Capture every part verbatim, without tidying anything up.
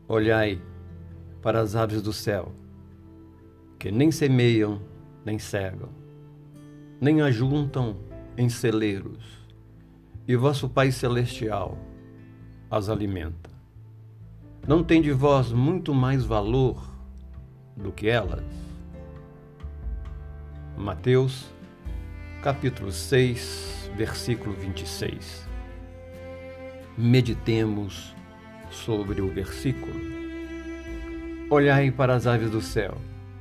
Olhai para as aves do céu, que nem semeiam, nem cegam, nem ajuntam em celeiros, e vosso Pai Celestial as alimenta. Não tem de vós muito mais valor do que elas? Mateus, capítulo seis, versículo vinte e seis. Meditemos sobre o versículo. Olhai para as aves do céu.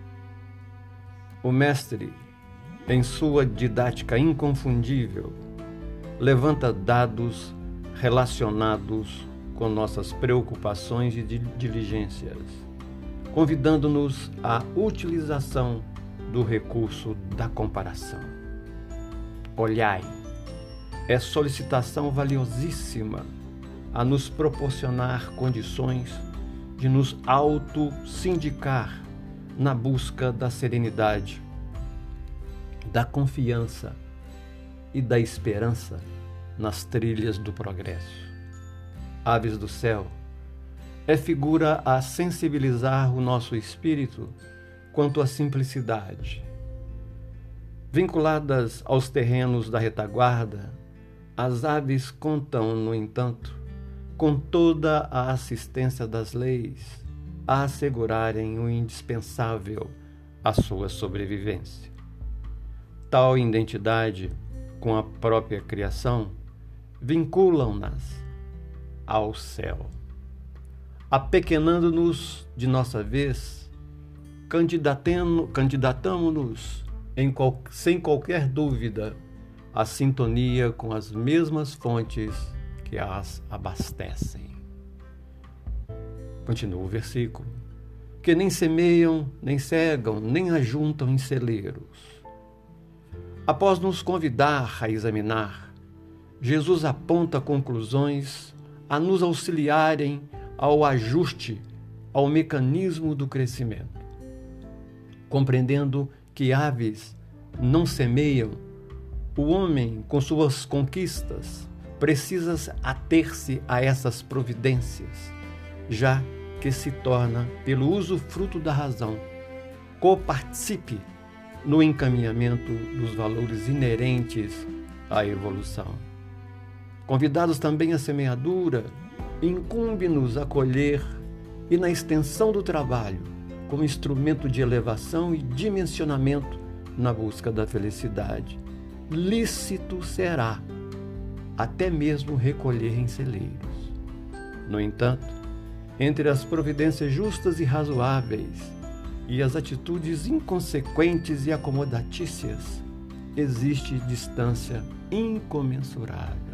O mestre, em sua didática inconfundível, levanta dados relacionados com nossas preocupações e diligências, convidando-nos à utilização do recurso da comparação. Olhai, é solicitação valiosíssima a nos proporcionar condições de nos auto-sindicar na busca da serenidade, da confiança e da esperança nas trilhas do progresso. Aves do céu é figura a sensibilizar o nosso espírito quanto à simplicidade. Vinculadas aos terrenos da retaguarda, as aves contam, no entanto, com toda a assistência das leis a assegurarem o indispensável à sua sobrevivência. Tal identidade com a própria criação vinculam-nas ao céu. Apequenando-nos de nossa vez, candidatamo-nos em qual, sem qualquer dúvida à sintonia com as mesmas fontes que as abastecem. Continua o versículo. Que nem semeiam, nem cegam, nem ajuntam em celeiros. Após nos convidar a examinar, Jesus aponta conclusões a nos auxiliarem ao ajuste ao mecanismo do crescimento. Compreendendo que aves não semeiam, o homem, com suas conquistas, precisa ater-se a essas providências, já que se torna, pelo usufruto da razão, coparticipe no encaminhamento dos valores inerentes à evolução. Convidados também à semeadura, incumbe-nos a colher e na extensão do trabalho, como instrumento de elevação e dimensionamento na busca da felicidade. Lícito será até mesmo recolher em celeiros. No entanto, entre as providências justas e razoáveis e as atitudes inconsequentes e acomodatícias, existe distância incomensurável.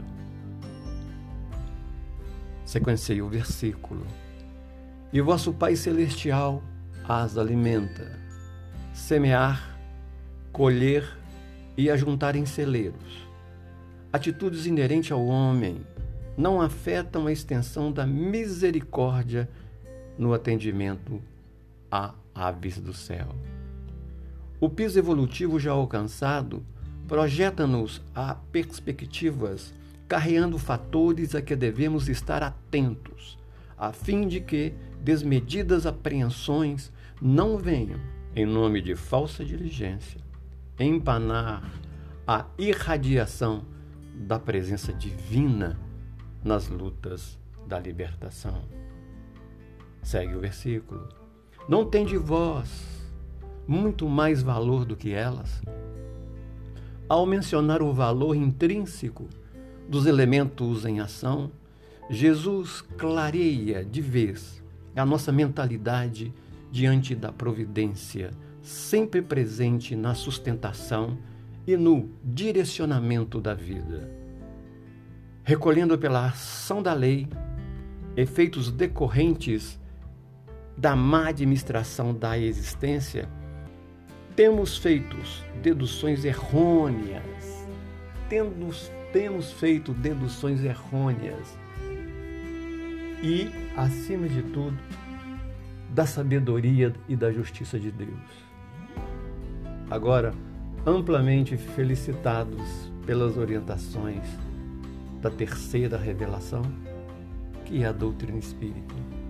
Sequenciei o versículo. E vosso Pai Celestial as alimenta. Semear, colher e ajuntar em celeiros. Atitudes inerentes ao homem não afetam a extensão da misericórdia no atendimento a aves do céu. O piso evolutivo já alcançado projeta-nos a perspectivas, carreando fatores a que devemos estar atentos, a fim de que desmedidas apreensões não venham, em nome de falsa diligência, empanar a irradiação da presença divina nas lutas da libertação. Segue o versículo. Não tem de vós muito mais valor do que elas? Ao mencionar o valor intrínseco dos elementos em ação, Jesus clareia de vez a nossa mentalidade diante da providência, sempre presente na sustentação e no direcionamento da vida. Recolhendo pela ação da lei efeitos decorrentes da má administração da existência, temos feito deduções errôneas, temos, temos feito deduções errôneas e, acima de tudo, da sabedoria e da justiça de Deus. Agora, amplamente felicitados pelas orientações da terceira revelação, que é a doutrina espírita.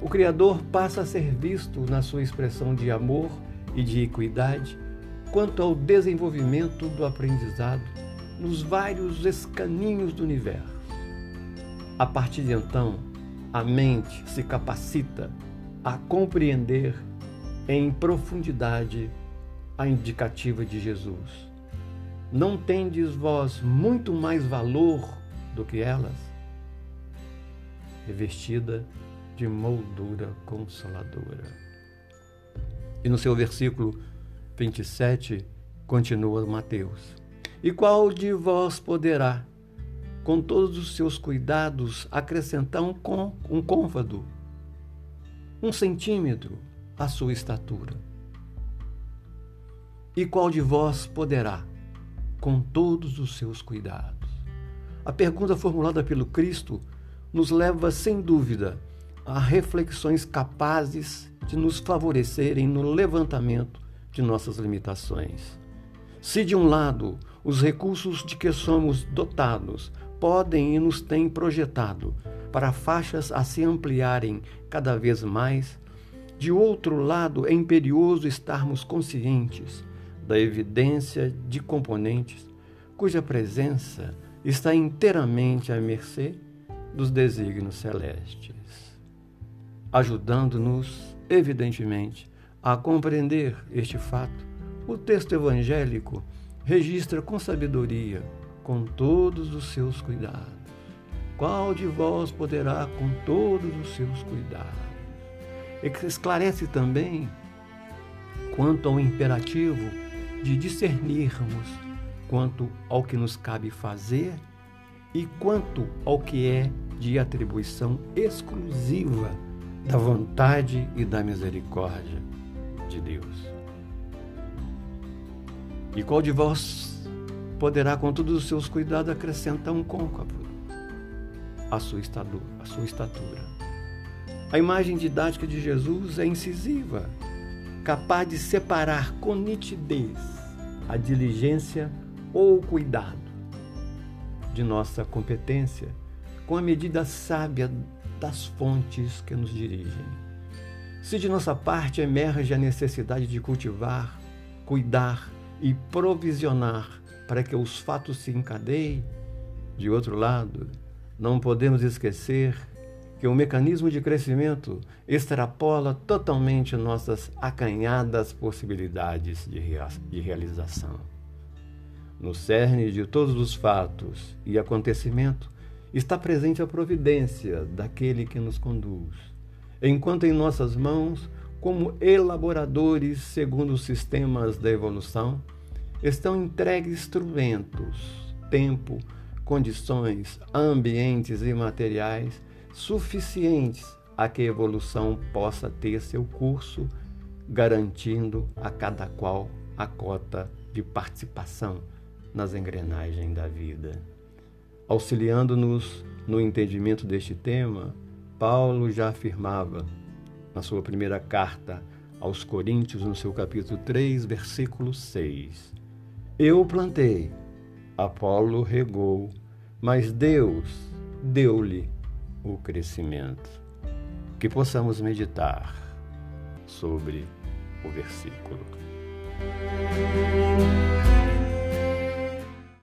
o Criador passa a ser visto na sua expressão de amor e de equidade quanto ao desenvolvimento do aprendizado nos vários escaninhos do universo. A partir de então, a mente se capacita a compreender em profundidade a indicativa de Jesus. Não tendes vós muito mais valor do que elas? Revestida de moldura consoladora. E no seu versículo vinte e sete, continua Mateus. E qual de vós poderá, com todos os seus cuidados, acrescentar um, com, um côvado, um centímetro à sua estatura? E qual de vós poderá, com todos os seus cuidados? A pergunta formulada pelo Cristo nos leva, sem dúvida, a reflexões capazes de nos favorecerem no levantamento de nossas limitações. Se, de um lado, os recursos de que somos dotados podem e nos têm projetado para faixas a se ampliarem cada vez mais, de outro lado, é imperioso estarmos conscientes da evidência de componentes cuja presença está inteiramente à mercê dos desígnios celestes, ajudando-nos, evidentemente, a compreender este fato. O texto evangélico registra com sabedoria, com todos os seus cuidados. Qual de vós poderá com todos os seus cuidados? Esclarece também quanto ao imperativo de discernirmos quanto ao que nos cabe fazer e quanto ao que é de atribuição exclusiva da vontade e da misericórdia de Deus. E qual de vós poderá, com todos os seus cuidados, acrescentar um côncavo à sua estatura, à sua estatura? A imagem didática de Jesus é incisiva, capaz de separar com nitidez a diligência ou o cuidado de nossa competência com a medida sábia das fontes que nos dirigem. Se de nossa parte emerge a necessidade de cultivar, cuidar e provisionar para que os fatos se encadeiem, de outro lado, não podemos esquecer que o mecanismo de crescimento extrapola totalmente nossas acanhadas possibilidades de, rea- de realização. No cerne de todos os fatos e acontecimentos está presente a providência daquele que nos conduz, enquanto em nossas mãos, como elaboradores segundo os sistemas da evolução, estão entregues instrumentos, tempo, condições, ambientes e materiais suficientes a que a evolução possa ter seu curso, garantindo a cada qual a cota de participação nas engrenagens da vida. Auxiliando-nos no entendimento deste tema, Paulo já afirmava na sua primeira carta aos Coríntios, no seu capítulo três, versículo seis: Eu plantei, Apolo regou, mas Deus deu-lhe o crescimento. Que possamos meditar sobre o versículo.